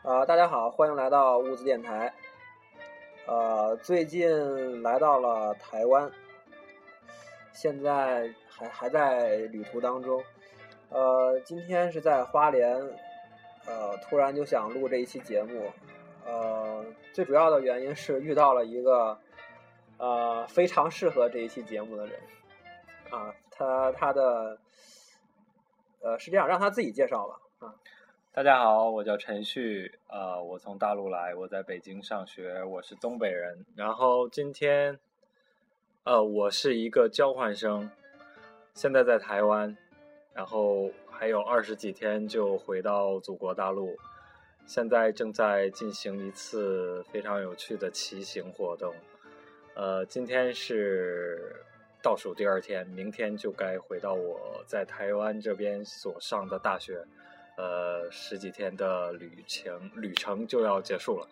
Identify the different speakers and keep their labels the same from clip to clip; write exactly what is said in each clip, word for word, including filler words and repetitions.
Speaker 1: 呃，大家好，欢迎来到物资电台。呃，最近来到了台湾，现在还还在旅途当中。呃，今天是在花莲，呃，突然就想录这一期节目。呃，最主要的原因是遇到了一个呃非常适合这一期节目的人啊，他他的呃是这样，让他自己介绍吧啊。
Speaker 2: 大家好，我叫陈旭，呃，我从大陆来，我在北京上学，我是东北人。然后今天，呃，我是一个交换生，现在在台湾，然后还有二十几天就回到祖国大陆。现在正在进行一次非常有趣的骑行活动，呃，今天是倒数第二天，明天就该回到我在台湾这边所上的大学。呃，十几天的旅程旅程就要结束了。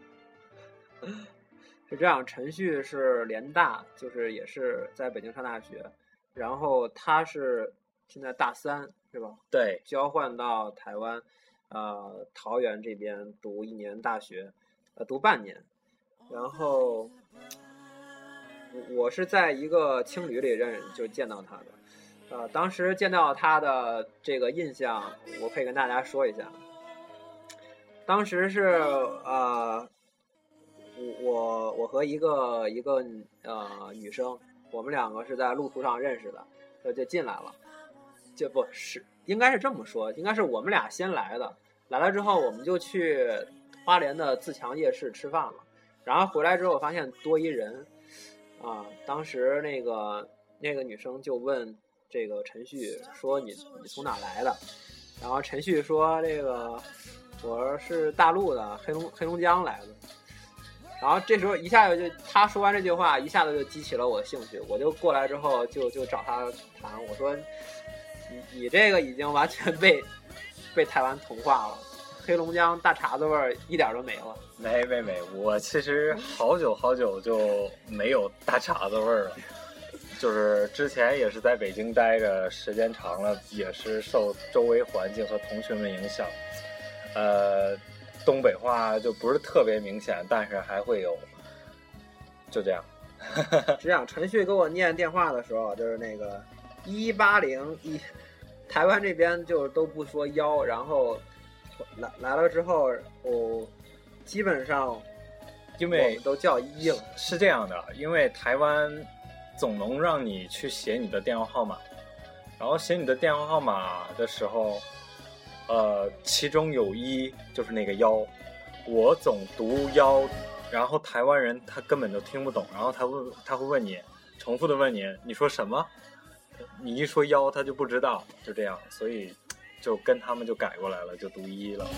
Speaker 1: 是这样，陈旭是联大，就是也是在北京上大学，然后他是现在大三，是吧？
Speaker 2: 对，
Speaker 1: 交换到台湾，呃，桃园这边读一年大学，呃，读半年，然后我是在一个青旅里认就见到他的。呃，当时见到他的这个印象，我可以跟大家说一下。当时是呃，我我和一个一个呃女生，我们两个是在路途上认识的，就就进来了，就不是应该是这么说，应该是我们俩先来的，来了之后我们就去花莲的自强夜市吃饭了，然后回来之后发现多一人，啊、呃，当时那个那个女生就问。这个陈旭说你你从哪来的？然后陈旭说这个我是大陆的黑龙黑龙江来的。然后这时候一下就他说完这句话，一下子就激起了我兴趣，我就过来之后就就找他谈，我说你你这个已经完全被被台湾同化了，黑龙江大碴子味儿一点都没了。
Speaker 2: 没没没，我其实好久好久就没有大碴子味儿了。就是之前也是在北京待着，时间长了，也是受周围环境和同学们影响，呃，东北话就不是特别明显，但是还会有，就这样。
Speaker 1: 这样，陈旭给我念电话的时候，就是那个一八零一，台湾这边就都不说幺，然后来来了之后，我基本上
Speaker 2: 因为
Speaker 1: 都叫一了。
Speaker 2: 是这样的，因为台湾。总能让你去写你的电话号码，然后写你的电话号码的时候，呃，其中有一就是那个幺，我总读幺，然后台湾人他根本就听不懂，然后他问他会问你，重复的问你，你说什么？你一说幺，他就不知道，就这样，所以就跟他们就改过来了，就读一了。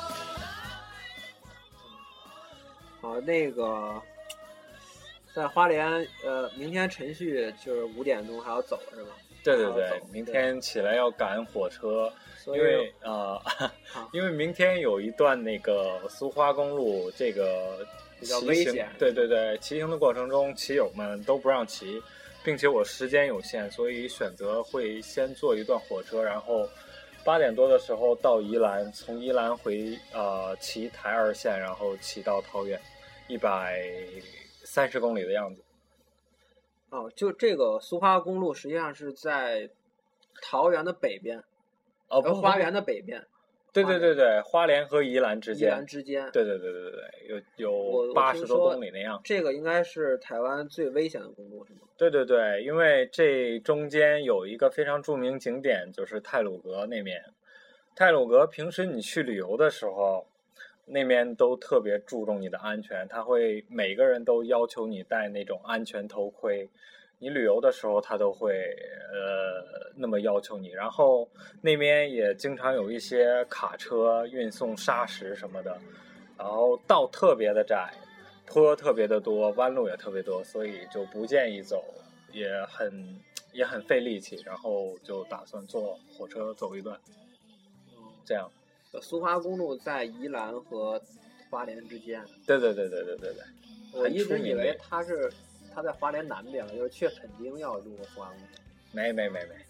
Speaker 1: 好，那个。在花莲，呃，明天陈旭就是五点钟还要走是吧？
Speaker 2: 对对对，明天起来要赶火车，因为呃，啊、因为明天有一段那个苏花公路，这个
Speaker 1: 比较危险。
Speaker 2: 对对对，骑行的过程中，骑友们都不让骑，并且我时间有限，所以选择会先坐一段火车，然后八点多的时候到宜兰，从宜兰回呃骑台二线，然后骑到桃园，一百。三十公里的样子。
Speaker 1: 哦，就这个苏花公路实际上是在桃园的北边，
Speaker 2: 哦，
Speaker 1: 不，花园的北边。
Speaker 2: 对对对对，花莲和宜兰之间。
Speaker 1: 宜兰之间。
Speaker 2: 对对对对对，有有八十多公里那样。
Speaker 1: 这个应该是台湾最危险的公路，是吗？
Speaker 2: 对对对，因为这中间有一个非常著名景点，就是太鲁阁那边。太鲁阁平时你去旅游的时候。那边都特别注重你的安全，他会每个人都要求你戴那种安全头盔，你旅游的时候他都会呃那么要求你。然后那边也经常有一些卡车运送砂石什么的，然后道特别的窄，坡特别的多，弯路也特别多，所以就不建议走，也很也很费力气，然后就打算坐火车走一段，这样。
Speaker 1: 苏花公路在宜兰和花莲之间。
Speaker 2: 对对对对对对对。
Speaker 1: 我一直以为它是它在花莲南边了，就是去垦丁要路过苏花公路。
Speaker 2: 没没没没，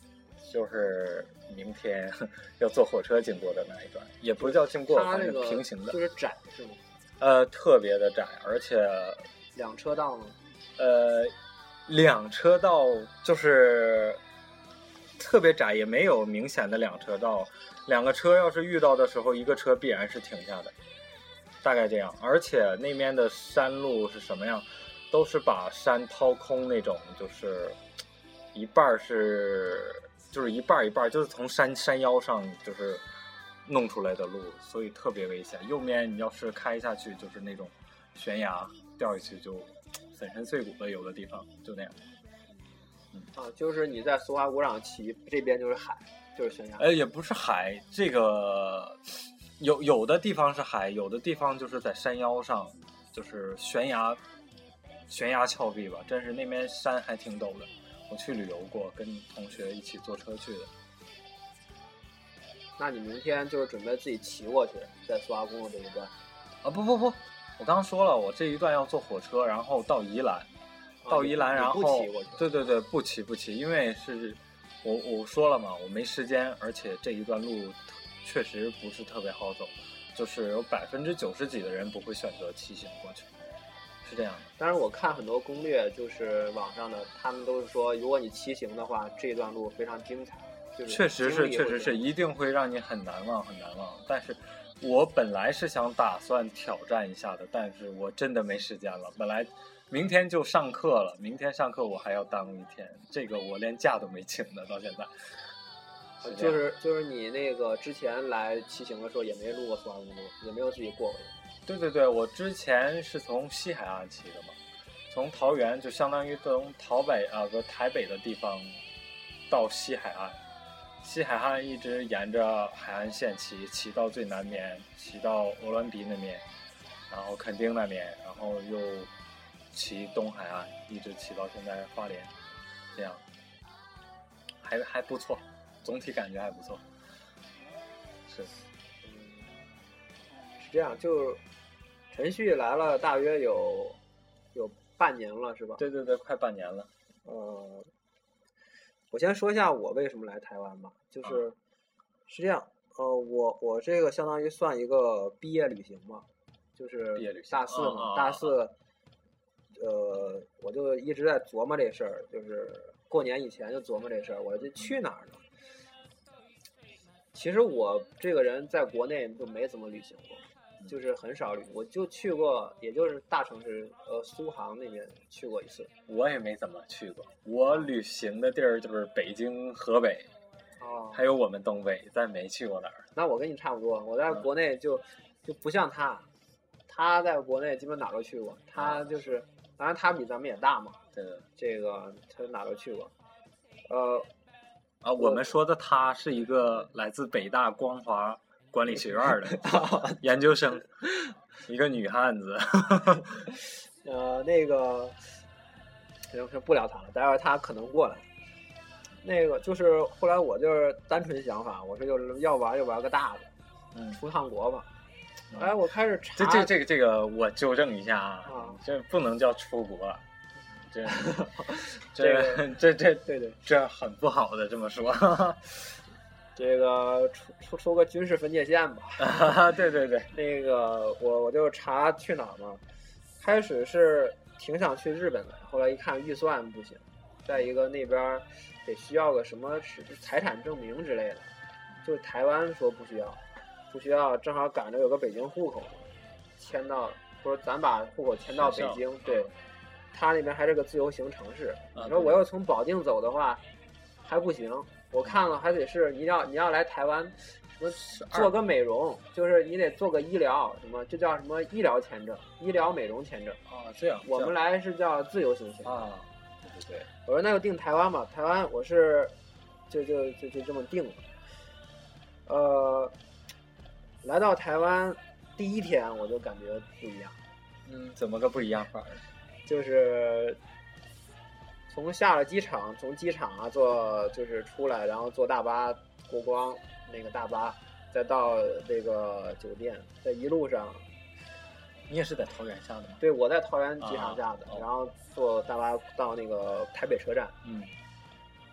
Speaker 2: 就是明天要坐火车经过的那一段，也不是叫经过，反正平行的，
Speaker 1: 就是窄是吗？
Speaker 2: 呃，特别的窄，而且
Speaker 1: 两车道呢？
Speaker 2: 呃，两车道就是特别窄，也没有明显的两车道。两个车要是遇到的时候，一个车必然是停下的，大概这样。而且那边的山路是什么样？都是把山掏空那种，就是一半是就是一半一半，就是从山山腰上就是弄出来的路，所以特别危险。右面你要是开下去，就是那种悬崖，掉下去就粉身碎骨的，有的地方就那样。
Speaker 1: 嗯、啊，就是你在苏花古场骑，这边就是海，就是悬崖。
Speaker 2: 呃，也不是海，这个有有的地方是海，有的地方就是在山腰上，就是悬崖。悬崖峭壁吧，真是那边山还挺陡的。我去旅游过，跟同学一起坐车去的。
Speaker 1: 那你明天就是准备自己骑过去，在苏花公路这一段？
Speaker 2: 啊不不不，我刚刚说了，我这一段要坐火车，然后到宜兰，
Speaker 1: 啊、
Speaker 2: 到宜兰，然后
Speaker 1: 不骑过去。
Speaker 2: 对对对，不骑不骑，因为是我我说了嘛，我没时间，而且这一段路确实不是特别好走，就是有百分之九十几的人不会选择骑行过去。是这样的，
Speaker 1: 当然我看很多攻略，就是网上的，他们都是说，如果你骑行的话，这段路非常精彩，就是
Speaker 2: 确实是，确实是，一定会让你很难忘，很难忘。但是，我本来是想打算挑战一下的，但是我真的没时间了。本来明天就上课了，明天上课我还要耽误一天，这个我连假都没请的，到现在。
Speaker 1: 是就是就是你那个之前来骑行的时候也没路过苏花公路，也没有自己过过去。
Speaker 2: 对对对，我之前是从西海岸骑的嘛，从桃园就相当于从桃北啊不台北的地方到西海岸，西海岸一直沿着海岸线骑，骑到最南边，骑到鹅銮鼻那边，然后垦丁那边，然后又骑东海岸，一直骑到现在花莲，这样还还不错，总体感觉还不错。是，
Speaker 1: 嗯，是这样，就陈旭来了大约有有半年了，是吧？
Speaker 2: 对对对，快半年了。
Speaker 1: 呃，我先说一下我为什么来台湾吧，就是、嗯、是这样，呃，我我这个相当于算一个毕业旅行嘛，就是大四嘛，大四，呃，我就一直在琢磨这事儿，就是过年以前就琢磨这事儿，我就去哪儿呢？其实我这个人在国内就没怎么旅行过。就是很少旅，我就去过，也就是大城市，呃，苏杭那边去过一次。
Speaker 2: 我也没怎么去过，我旅行的地儿就是北京、河北，
Speaker 1: 哦，
Speaker 2: 还有我们东北，但没去过哪儿。
Speaker 1: 那我跟你差不多，我在国内就、嗯、就不像他，他在国内基本哪都去过，他就是，当然他比咱们也大嘛，
Speaker 2: 对，
Speaker 1: 这个他哪都去过，呃，
Speaker 2: 啊，我们说的他是一个来自北大光华管理学院的研究生，一个女汉子。
Speaker 1: 呃，那个，不聊他了，待会儿他可能过来。那个就是后来我就是单纯想法，我说就是要玩就玩个大的，
Speaker 2: 嗯，
Speaker 1: 出趟国吧。哎，我开始查，
Speaker 2: 这这这个这个我纠正一下啊，
Speaker 1: 啊
Speaker 2: 这不能叫出国，这
Speaker 1: 这
Speaker 2: 这这这
Speaker 1: 对对，
Speaker 2: 这很不好的这么说。
Speaker 1: 这个出出出个军事分界线吧。
Speaker 2: 啊，对对对，
Speaker 1: 那个我我就查去哪儿嘛，开始是挺想去日本的，后来一看预算不行，再一个那边得需要个什么财产证明之类的，就台湾说不需要，不需要，正好赶着有个北京户口，迁到或者咱把户口迁到北京，对，他那边还是个自由行城市，
Speaker 2: 啊、
Speaker 1: 你说我要从保定走的话还不行。我看了，还得是你要你要来台湾，什么做个美容，就是你得做个医疗，什么这叫什么医疗签证、医疗美容签证
Speaker 2: 啊？这样，
Speaker 1: 我们来是叫自由行签证
Speaker 2: 啊。对对对，
Speaker 1: 我说那就定台湾吧，台湾我是就就就就这么定了。呃，来到台湾第一天我就感觉不一样。
Speaker 2: 嗯，怎么个不一样法？
Speaker 1: 就是从下了机场，从机场啊坐就是出来，然后坐大巴国光那个大巴，再到这个酒店，在一路上，
Speaker 2: 你也是在桃园下的吗？
Speaker 1: 对，我在桃园机场下的，
Speaker 2: 啊、
Speaker 1: 然后坐大巴到那个台北车站。
Speaker 2: 嗯，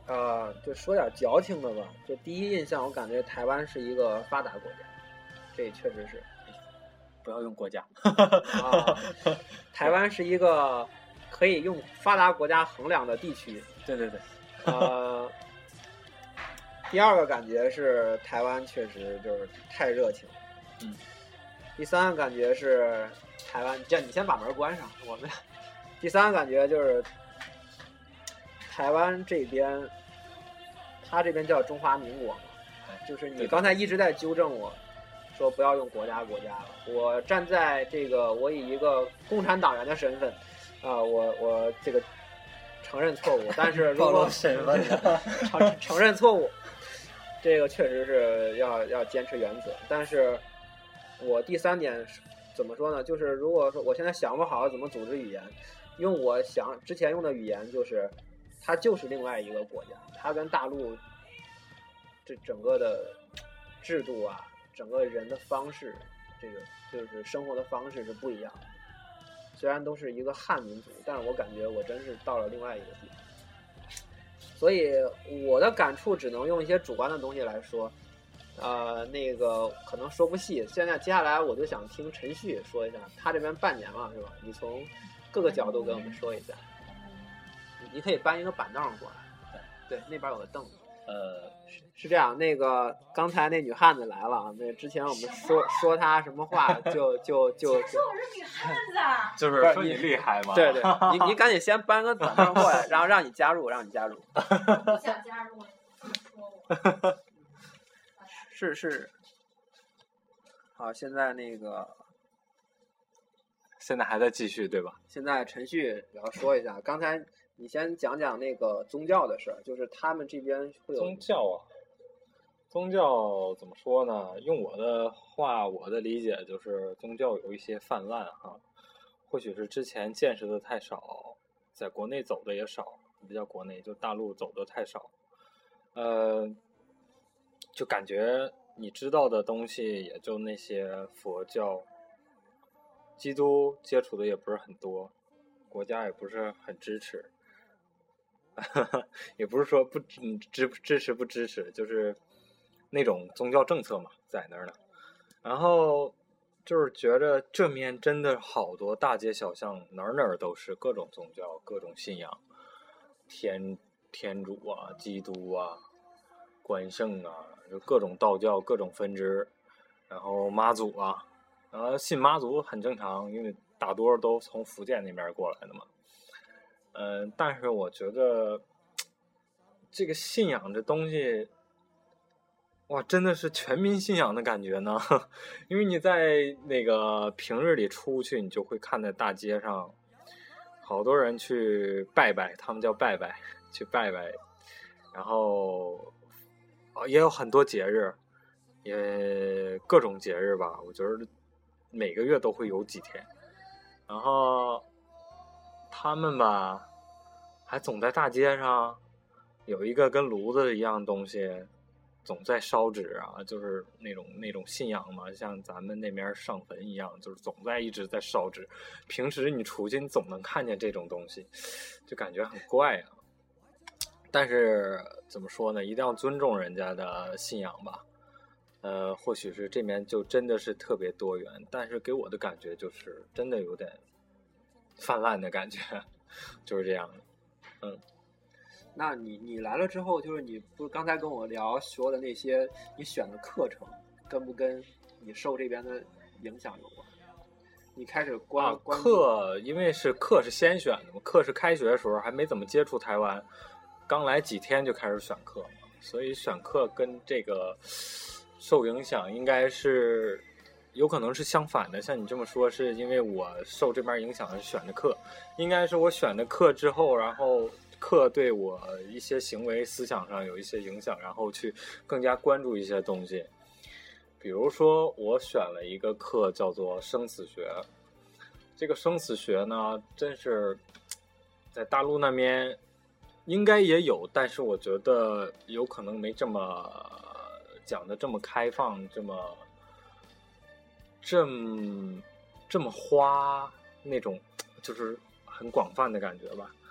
Speaker 1: 呃，就说点矫情的吧。就第一印象，我感觉台湾是一个发达国家，这确实是。
Speaker 2: 不要用国家
Speaker 1: 啊，台湾是一个可以用发达国家衡量的地区。
Speaker 2: 对对对。
Speaker 1: 呃，第二个感觉是台湾确实就是太热情。
Speaker 2: 嗯。
Speaker 1: 第三个感觉是台湾，这你先把门关上，我们。第三个感觉就是台湾这边，他这边叫中华民国嘛，就是你刚才一直在纠正我，说不要用国家国家了。我站在这个，我以一个共产党员的身份，啊、呃，我我这个承认错误，但是如果
Speaker 2: 身份
Speaker 1: 承承认错误，这个确实是要要坚持原则。但是我第三点怎么说呢？就是如果说我现在想不好怎么组织语言。用我想之前用的语言，就是它就是另外一个国家，它跟大陆这整个的制度啊，整个人的方式，这个就是生活的方式是不一样的。虽然都是一个汉民族，但是我感觉我真是到了另外一个地方。所以我的感触只能用一些主观的东西来说，呃，那个可能说不细。现在接下来我就想听陈旭说一下，他这边半年了是吧？你从各个角度跟我们说一下。你可以搬一个板凳过来，对，那边有个凳子。
Speaker 2: 呃，
Speaker 1: 是这样，那个刚才那女汉子来了啊，那之前我们说说她什么话，就就就
Speaker 3: 说我是女汉子，
Speaker 2: 就是说你厉害吗？
Speaker 1: 对对，你你赶紧先搬个板凳过来，然后让你加入，让你加入。
Speaker 3: 不想加入，你说我。
Speaker 1: 是是。好，现在那个。
Speaker 2: 现在还在继续对吧？
Speaker 1: 现在陈旭也要说一下，刚才你先讲讲那个宗教的事儿，就是他们这边会有
Speaker 2: 宗教啊，宗教怎么说呢？用我的话，我的理解就是宗教有一些泛滥哈，或许是之前见识的太少，在国内走的也少，不叫国内，就大陆走的太少，呃，就感觉你知道的东西也就那些佛教。基督接触的也不是很多，国家也不是很支持，也不是说不支支持不支持，就是那种宗教政策嘛，在那儿呢。然后就是觉得这面真的好多大街小巷，哪儿哪儿都是各种宗教、各种信仰，天天主啊、基督啊、关圣啊，就各种道教、各种分支，然后妈祖啊。呃，信妈祖很正常，因为大多数都从福建那边过来的嘛。嗯、呃，但是我觉得这个信仰这东西，哇，真的是全民信仰的感觉呢。因为你在那个平日里出去，你就会看在大街上，好多人去拜拜，他们叫拜拜，去拜拜，然后也有很多节日，也各种节日吧，我觉得。每个月都会有几天，然后他们吧还总在大街上有一个跟炉子一样的东西，总在烧纸啊，就是那种那种信仰嘛，像咱们那边上坟一样，就是总在一直在烧纸。平时你出去你总能看见这种东西，就感觉很怪啊。但是怎么说呢，一定要尊重人家的信仰吧。呃，或许是这边就真的是特别多元，但是给我的感觉就是真的有点泛滥的感觉，就是这样的。嗯，
Speaker 1: 那你你来了之后，就是你不是刚才跟我聊说的那些，你选的课程跟不跟你受这边的影响有关？你开始关、
Speaker 2: 啊、课，因为是课是先选的嘛，课是开学的时候还没怎么接触台湾，刚来几天就开始选课嘛，所以选课跟这个。受影响应该是有可能是相反的，像你这么说是因为我受这边影响选的课，应该是我选的课之后，然后课对我一些行为思想上有一些影响，然后去更加关注一些东西。比如说我选了一个课叫做生死学，这个生死学呢真是在大陆那边应该也有，但是我觉得有可能没这么讲的这么开放，这么这么这么花那种，就是很广泛的感觉吧。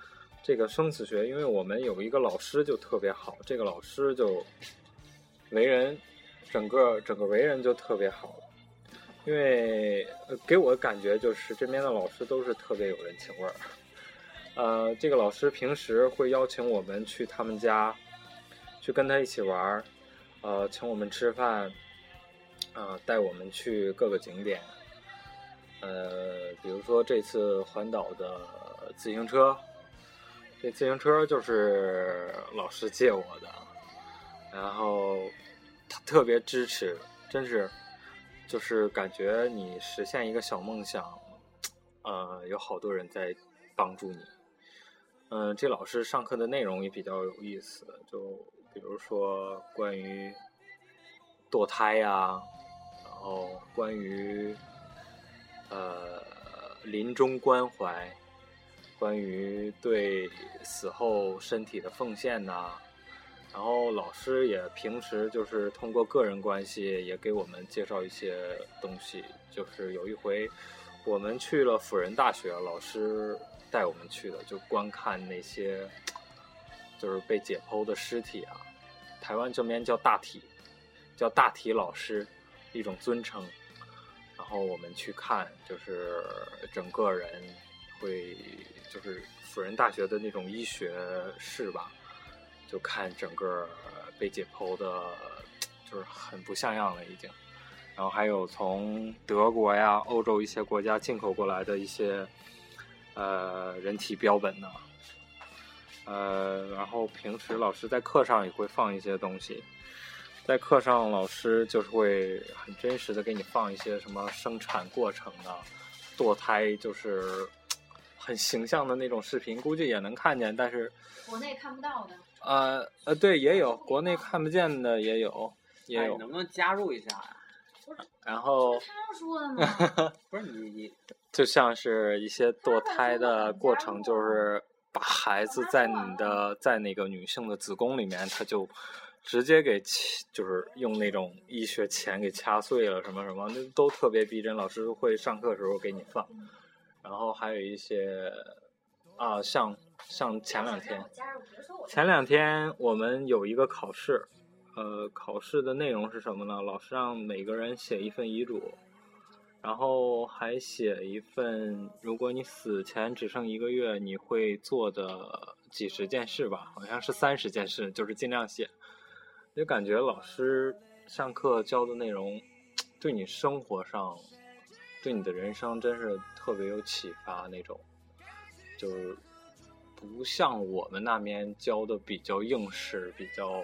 Speaker 2: 这个生死学，因为我们有一个老师就特别好，这个老师就为人整个整个为人就特别好，因为给我感觉就是这边的老师都是特别有人情味儿。呃，这个老师平时会邀请我们去他们家，去跟他一起玩，呃，请我们吃饭，呃，带我们去各个景点。呃，比如说这次环岛的自行车，这自行车就是老师借我的，然后他特别支持，真是，就是感觉你实现一个小梦想，呃，有好多人在帮助你。嗯、呃，这老师上课的内容也比较有意思，就比如说关于堕胎呀，然后关于呃临终关怀，关于对死后身体的奉献呐，然后老师也平时就是通过个人关系也给我们介绍一些东西，就是有一回我们去了辅仁大学，老师带我们去的，就观看那些就是被解剖的尸体啊，台湾这边叫大体，叫大体老师，一种尊称。然后我们去看，就是整个人会就是辅仁大学的那种医学室吧，就看整个被解剖的，就是很不像样了已经。然后还有从德国呀、欧洲一些国家进口过来的一些呃人体标本呢，呃，然后平时老师在课上也会放一些东西，在课上老师就是会很真实的给你放一些什么生产过程的、堕胎，就是很形象的那种视频，估计也能看见，但是
Speaker 3: 国内看不到的。
Speaker 2: 呃呃，对，也有国内看不见的，也有也有。
Speaker 1: 哎、能不能加入一下呀？
Speaker 2: 然后
Speaker 3: 他说的吗？
Speaker 1: 不是你你，
Speaker 2: 就像是一些堕胎的过程，就是把孩子在你的在那个女性的子宫里面，他就直接给就是用那种医学钳给掐碎了，什么什么，那都特别逼真。老师会上课的时候给你放，然后还有一些啊，像像前两天，前两天我们有一个考试。呃，考试的内容是什么呢？老师让每个人写一份遗嘱，然后还写一份，如果你死前只剩一个月，你会做的几十件事吧，好像是三十件事，就是尽量写。就感觉老师上课教的内容，对你生活上，对你的人生真是特别有启发那种，就是不像我们那边教的比较应试，比较。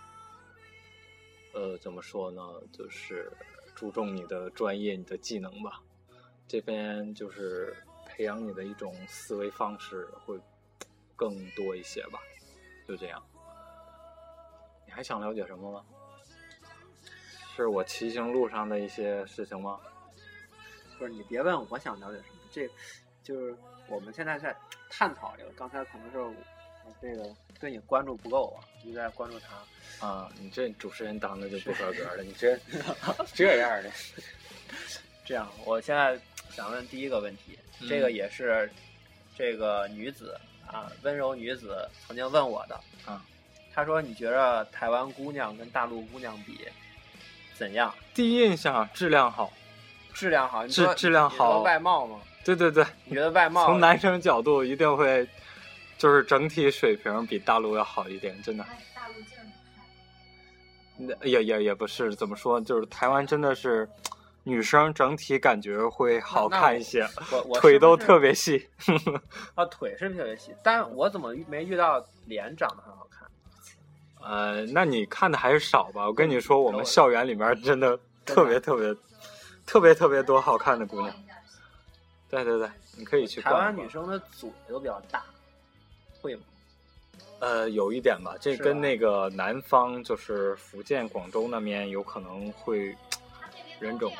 Speaker 2: 呃，怎么说呢？就是注重你的专业、你的技能吧。这边就是培养你的一种思维方式会更多一些吧。就这样。你还想了解什么吗？是我骑行路上的一些事情吗？
Speaker 1: 不是，你别问我想了解什么，这就是我们现在在探讨这个。刚才可能是我这个对你关注不够啊，一直在关注他。
Speaker 2: 啊，你这主持人当的就不合格了，你这这样的。
Speaker 1: 这样，我现在想问第一个问题，
Speaker 2: 嗯、
Speaker 1: 这个也是这个女子啊，温柔女子曾经问我的
Speaker 2: 啊，
Speaker 1: 她说你觉得台湾姑娘跟大陆姑娘比怎样？
Speaker 2: 第一印象质量好，
Speaker 1: 质量好，
Speaker 2: 质质量好，
Speaker 1: 外貌吗？
Speaker 2: 对对对，
Speaker 1: 你觉得外貌？
Speaker 2: 从男生角度一定会，就是整体水平比大陆要好一点，真的。
Speaker 3: 大陆劲儿
Speaker 2: 也也也不是怎么说，就是台湾真的是女生整体感觉会好看一些，
Speaker 1: 我我
Speaker 2: 腿都特别细。
Speaker 1: 啊，腿是特别细，但我怎么没遇到脸长得很好看？
Speaker 2: 呃，那你看的还是少吧？我跟你说，我们校园里面真的特别特别特别特别多好看的姑娘。对对对，你可以去逛。
Speaker 1: 台湾女生的嘴都比较大，会吗？
Speaker 2: 呃，有一点吧，这跟那个南方就是福建、广州那边有可能会人种，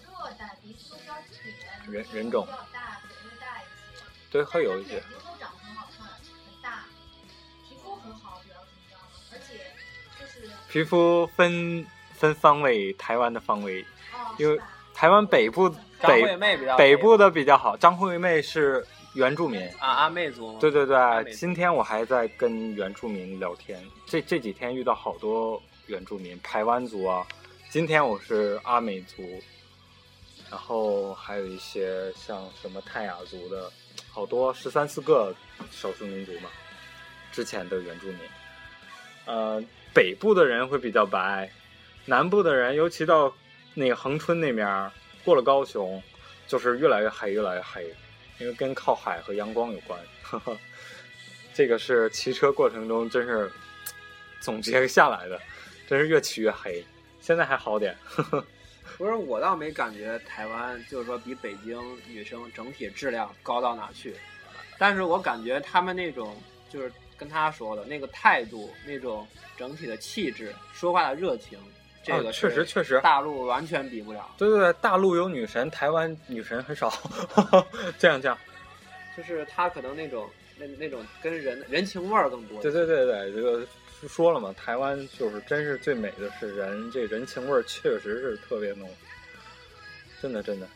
Speaker 2: 人人种，对，会有一些。
Speaker 3: 皮肤长得很好看，很大，皮肤很好，主要是你知道吗？而且就是
Speaker 2: 皮肤分分方位，台湾的方位，
Speaker 3: 哦、
Speaker 2: 因为台湾北部北
Speaker 1: 北
Speaker 2: 北部的比较好，张惠妹是原住民
Speaker 1: 啊，阿妹族。
Speaker 2: 对对对，
Speaker 1: 族
Speaker 2: 今天我还在跟原住民聊天，这这几天遇到好多原住民，排湾族啊，今天我是阿美族，然后还有一些像什么泰雅族的，好多十三四个少数民族嘛，之前的原住民。呃，北部的人会比较白，南部的人，尤其到那个恒春那边，过了高雄，就是越来越黑，越来越黑，因为跟靠海和阳光有关。呵呵，这个是骑车过程中真是总结下来的，真是越骑越黑。现在还好点。呵呵，
Speaker 1: 不是，我倒没感觉台湾就是说比北京女生整体质量高到哪去，但是我感觉他们那种就是跟他说的那个态度，那种整体的气质，说话的热情，这个、
Speaker 2: 啊、确实确实
Speaker 1: 大陆完全比不了。
Speaker 2: 对对对，大陆有女神，台湾女神很少。这样这样，
Speaker 1: 就是他可能那种那那种跟人人情味儿更多。
Speaker 2: 对对对对，这个说了嘛，台湾就是真是最美的是人，这人情味儿确实是特别浓，真的真的。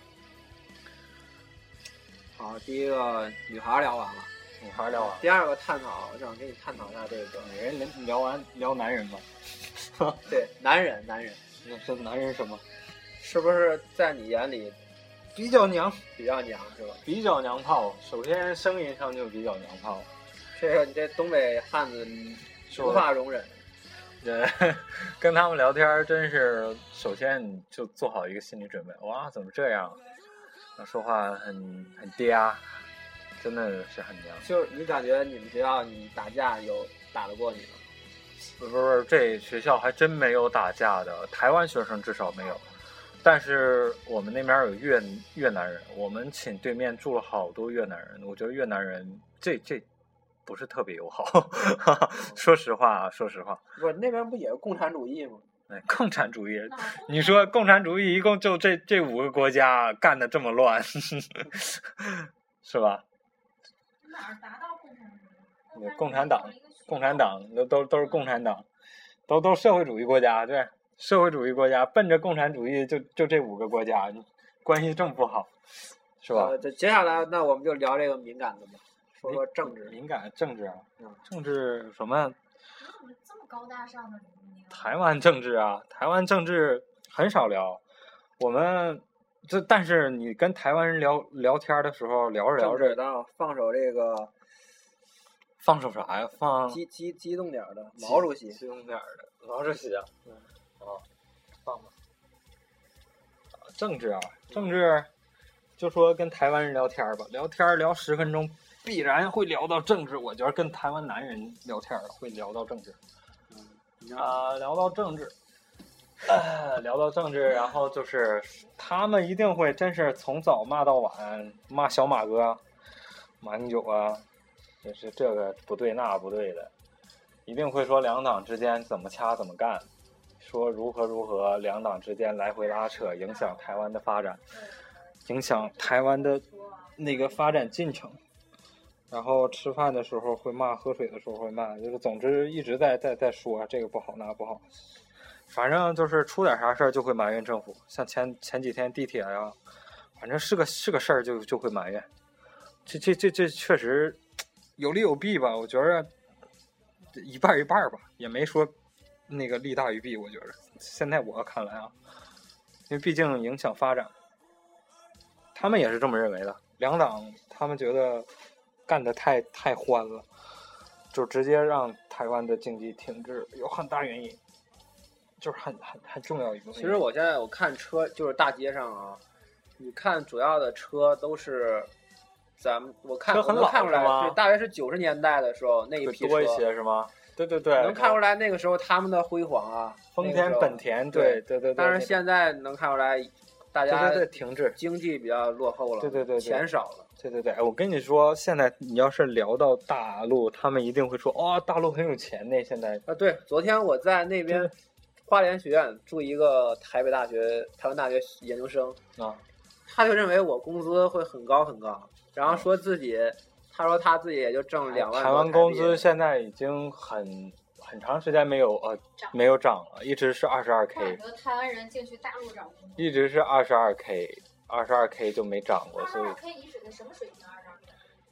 Speaker 1: 好，第一个女孩聊完了。
Speaker 2: 女孩聊完，
Speaker 1: 第二个探讨，我想跟你探讨一下这个
Speaker 2: 女人聊完聊男人吧。
Speaker 1: 对，男人，男人，
Speaker 2: 那是男人什么？
Speaker 1: 是不是在你眼里
Speaker 2: 比较娘？
Speaker 1: 比较娘是吧？
Speaker 2: 比较娘炮，首先声音上就比较娘炮。
Speaker 1: 这个你这东北汉子无法容忍。
Speaker 2: 对，跟他们聊天真是，首先你就做好一个心理准备，哇，怎么这样？那说话很很嗲。真的是很娘。
Speaker 1: 就是你感觉你们学校你打架有打得过你吗？
Speaker 2: 不是不是，这学校还真没有打架的，台湾学生至少没有。但是我们那边有越越南人，我们寝对面住了好多越南人，我觉得越南人这这不是特别友好。说实话，说实话。
Speaker 1: 不是那边不也是共产主义吗？
Speaker 2: 哎，共产主义，你说共产主义一共就这这五个国家干得这么乱，是吧？
Speaker 3: 哪儿达到共产主义？
Speaker 2: 共产党，共产党都都都是共产党，都都社会主义国家，对，社会主义国家奔着共产主义就就这五个国家，关系这么不好，是吧？
Speaker 1: 呃，接下来那我们就聊这个敏感的吧，说说政治。
Speaker 2: 敏感政治啊，
Speaker 1: 嗯，
Speaker 2: 政治什么？
Speaker 3: 这么高大上的
Speaker 2: 台湾政治啊，台湾政治很少聊，我们。这但是你跟台湾人聊聊天的时候，聊着聊着，
Speaker 1: 然后放手这个，
Speaker 2: 放手啥呀？放
Speaker 1: 激激激动点的，毛主席，
Speaker 2: 激动点的，毛主席啊，嗯，啊，放吧。政治啊，政治，就说跟台湾人聊天吧，聊天聊十分钟，必然会聊到政治。我觉得跟台湾男人聊天会聊到政治，嗯啊，聊到政治。呃，聊到政治，然后就是他们一定会真是从早骂到晚，骂小马哥、马英九啊，就是这个不对那不对的，一定会说两党之间怎么掐怎么干，说如何如何，两党之间来回拉扯，影响台湾的发展，影响台湾的那个发展进程。然后吃饭的时候会骂，喝水的时候会骂，就是总之一直在在在说这个不好那不好。反正就是出点啥事儿就会埋怨政府，像前前几天地铁呀，反正是个是个事儿就就会埋怨，这这这这确实有利有弊吧？我觉得一半一半吧，也没说那个利大于弊。我觉得现在我看来啊，因为毕竟影响发展，他们也是这么认为的。两党他们觉得干得太太欢了，就直接让台湾的经济停滞，有很大原因。就是很很很重要一个。
Speaker 1: 其实我现在我看车，就是大街上啊，你看主要的车都是咱们我看
Speaker 2: 车很老
Speaker 1: 我能看出来，
Speaker 2: 是
Speaker 1: 对，大约是九十年代的时候那一批车
Speaker 2: 多一些是吗？对对对，
Speaker 1: 能看出来那个时候他们的辉煌啊，
Speaker 2: 丰田、本田，对对对。
Speaker 1: 但是现在能看出来，大家
Speaker 2: 对对对停滞，
Speaker 1: 经济比较落后了，
Speaker 2: 对对对，
Speaker 1: 钱少了。
Speaker 2: 对对对，我跟你说，现在你要是聊到大陆，他们一定会说，哦，大陆很有钱呢。现在
Speaker 1: 啊，对，昨天我在那边。花莲学院住一个台北大学、台湾大学研究生
Speaker 2: 啊，
Speaker 1: 他就认为我工资会很高很高，然后说自己，他说他自己也就挣两万多台币。
Speaker 2: 台湾工资现在已经很很长时间没有呃没有涨了，一直是二十二 K。
Speaker 3: 台湾人进去大陆找工作，
Speaker 2: 一直是二十二 K， 二十二 K 就没涨过，所以。
Speaker 3: 二十二 K 你指的什么水平？二十二 K？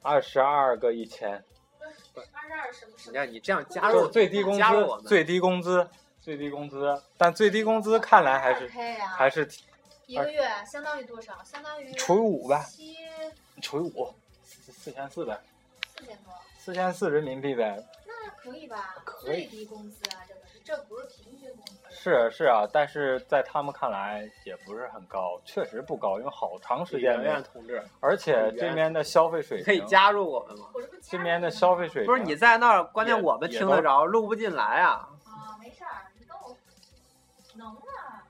Speaker 2: 二十二个一千。
Speaker 3: 二十二什么什么？
Speaker 1: 你看你这样加入
Speaker 2: 最低工
Speaker 1: 加入我们
Speaker 2: 资，最低工资，最低工资，但最低工资看来还是、
Speaker 3: 啊、
Speaker 2: 还是
Speaker 3: 一个月相当于多少？相当于
Speaker 2: 除以五呗，
Speaker 3: 七
Speaker 2: 除以五，四千四呗，
Speaker 3: 四千多，
Speaker 2: 四千四人民币呗。
Speaker 3: 那可以吧？
Speaker 2: 可以。
Speaker 3: 最低工资啊，这个是，这不是平均工资。
Speaker 2: 是是啊，但是在他们看来也不是很高，确实不高，因为好长时间
Speaker 1: 没同志，
Speaker 2: 而且这边的消费水平
Speaker 1: 可以加入我们吗？
Speaker 2: 这边的消费水平
Speaker 1: 不是你在那儿，关键我们听得着，录不进来啊。
Speaker 3: 啊，没事儿，你跟我能啊。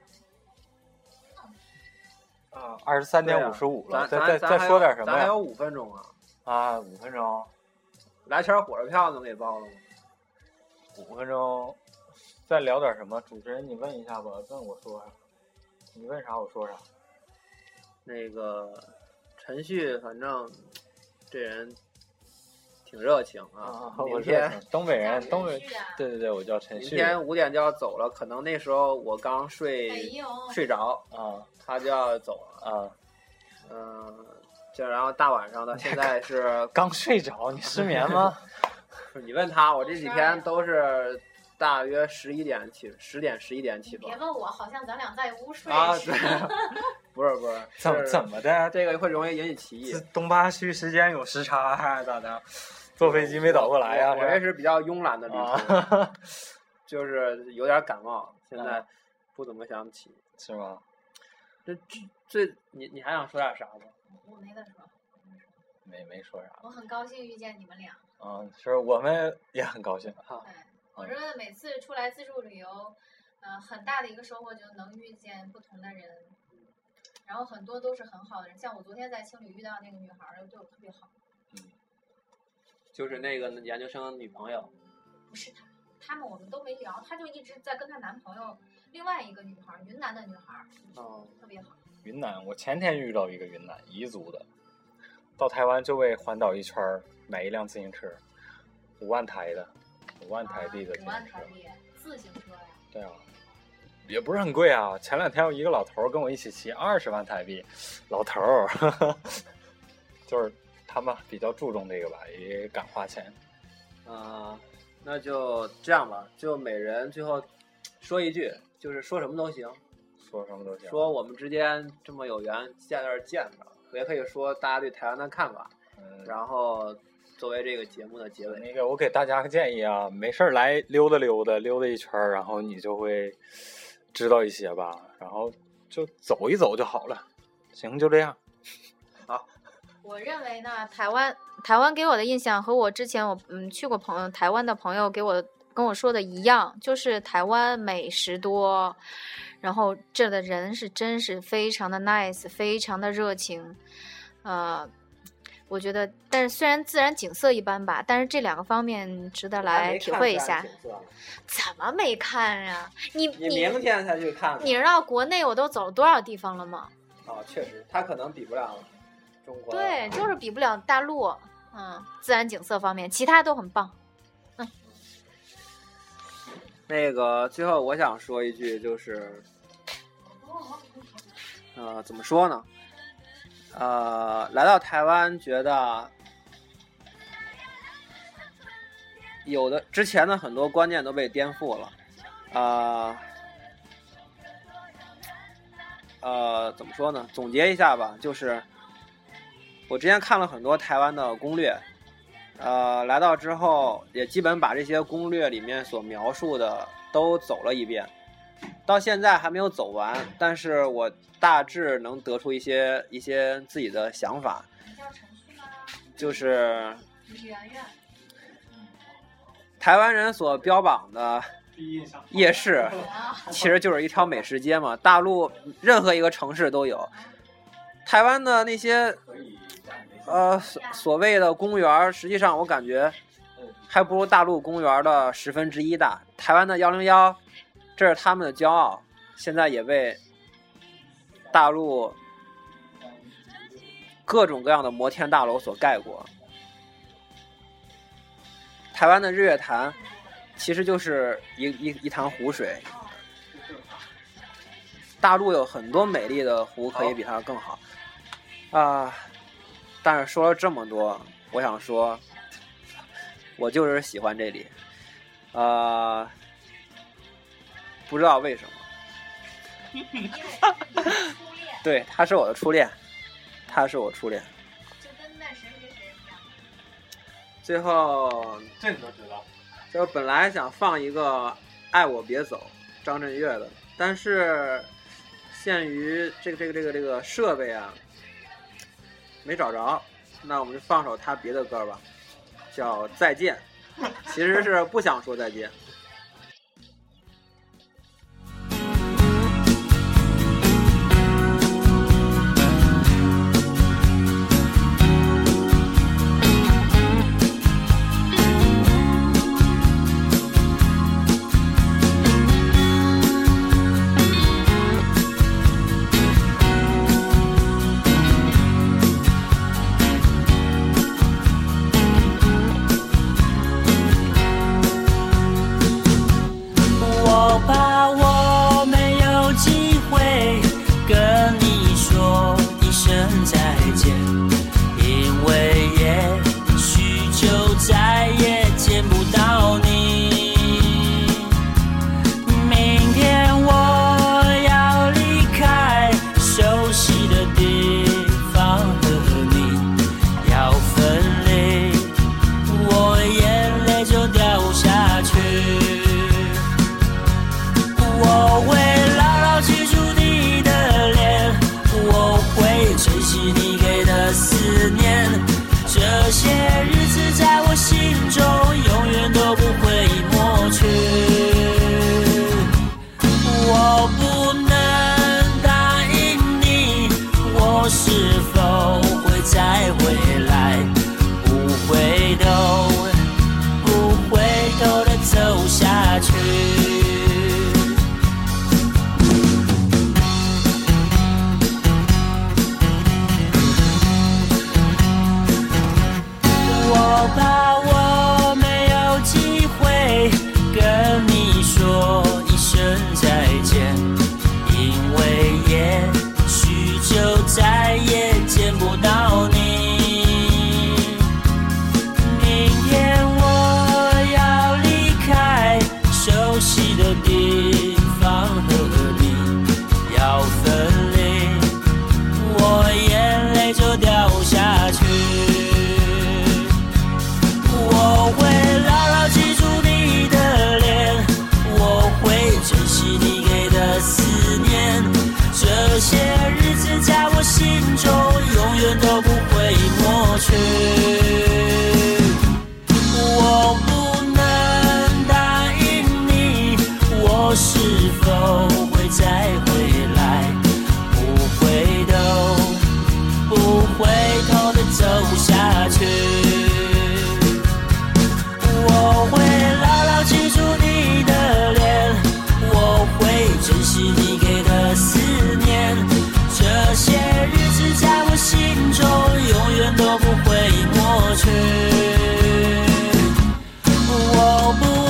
Speaker 2: 啊，二十三点五十五了，
Speaker 1: 再
Speaker 2: 再再再说点什么呀？
Speaker 1: 咱还有五分钟啊！
Speaker 2: 啊，五分钟，
Speaker 1: 来钱火车票能给报了吗？
Speaker 2: 五分钟，再聊点什么？主持人，你问一下吧，问我说啥？你问啥我说啥。
Speaker 1: 那个陈旭，反正这人挺热情啊。
Speaker 2: 啊，
Speaker 1: 明天
Speaker 2: 东北人，东北，对对对，我叫陈旭。
Speaker 1: 明天五点就要走了，可能那时候我刚睡睡着
Speaker 2: 啊，
Speaker 1: 他就要走了
Speaker 2: 啊。
Speaker 1: 嗯，就然后大晚上的，现在是
Speaker 2: 刚睡着，你失眠吗？
Speaker 1: 你问他，我这几天都是大约十一点起，十点十一点起床。
Speaker 3: 别问我，好像咱俩在屋睡
Speaker 1: 啊，对，不是不是，
Speaker 2: 怎怎么的？
Speaker 1: 这个会容易引起歧义。
Speaker 2: 东八区时间有时差还是咋的？坐飞机没倒过来呀、啊？
Speaker 1: 我这是比较慵懒的旅行，啊、就是有点感冒，现在不怎么想起，
Speaker 2: 是吗？
Speaker 1: 这最你你还想说点啥吗？
Speaker 3: 我没得说，
Speaker 2: 没没说啥。
Speaker 3: 我很高兴遇见你们俩。
Speaker 2: 嗯，是我们也很高兴
Speaker 3: 哈。对，我觉得每次出来自助旅游，呃，很大的一个收获就是能遇见不同的人，然后很多都是很好的人。像我昨天在青旅遇到那个女孩儿，对我特别好。
Speaker 1: 嗯。就是那个研究生女朋友。
Speaker 3: 不是她，他们我们都没聊，她就一直在跟她男朋友，另外一个女孩，云南的女孩，
Speaker 1: 哦，
Speaker 3: 特别好。
Speaker 2: 云南，我前天遇到一个云南彝族的，到台湾就为环岛一圈买一辆自行车，五万台的，五万台币的自行车。
Speaker 3: 五万台币自行车呀？
Speaker 2: 对啊，也不是很贵啊。前两天有一个老头跟我一起骑，二十万台币，老头儿，就是他们比较注重这个吧，也敢花钱。
Speaker 1: 啊、呃，那就这样吧，就每人最后说一句，就是说什么都行。
Speaker 2: 说什么都行。
Speaker 1: 说我们之间这么有缘，在这儿见着，也可以说大家对台湾的看法。
Speaker 2: 嗯，
Speaker 1: 然后作为这个节目的结尾，
Speaker 2: 那个我给大家个建议啊，没事来溜达溜达，溜达一圈，然后你就会知道一些吧，然后就走一走就好了。行，就这样。
Speaker 1: 好。
Speaker 3: 我认为呢，台湾台湾给我的印象和我之前我嗯去过朋友台湾的朋友给我跟我说的一样，就是台湾美食多。然后这的人是真是非常的 nice， 非常的热情，呃，我觉得，但是虽然自然景色一般吧，但是这两个方面值得来体会一下。怎么没看啊？你
Speaker 1: 你明天才去看？
Speaker 3: 你知道国内我都走了多少地方了吗？
Speaker 1: 哦，确实，他可能比不了中国。
Speaker 3: 对，就是比不了大陆，嗯，自然景色方面，其他都很棒。嗯。
Speaker 1: 那个最后我想说一句，就是。呃，怎么说呢？呃，来到台湾，觉得有的之前的很多观念都被颠覆了。呃，呃，怎么说呢？总结一下吧，就是我之前看了很多台湾的攻略，呃，来到之后也基本把这些攻略里面所描述的都走了一遍。到现在还没有走完，但是我大致能得出一些一些自己的想法。
Speaker 3: 你叫陈旭吗？
Speaker 1: 就是
Speaker 3: 圆圆。
Speaker 1: 台湾人所标榜的夜市，其实就是一条美食街嘛。大陆任何一个城市都有，台湾的那些呃所所谓的公园，实际上我感觉还不如大陆公园的十分之一大。台湾的一零一。这是他们的骄傲，现在也被大陆各种各样的摩天大楼所盖过。台湾的日月潭其实就是一一一潭湖水，大陆有很多美丽的湖可以比它更好啊。但是说了这么多， 我想说，我就是喜欢这里，呃，不知道为什么。对，他是我的初恋，他是我初恋。
Speaker 3: 就跟那谁谁谁一样。
Speaker 1: 最后，
Speaker 2: 这你都知道。
Speaker 1: 就本来想放一个《爱我别走》张震岳的，但是限于这个这个这个这个设备啊，没找着。那我们就放首他别的歌吧，叫《再见》，其实是不想说再见。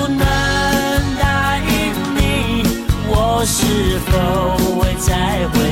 Speaker 4: 是否会再回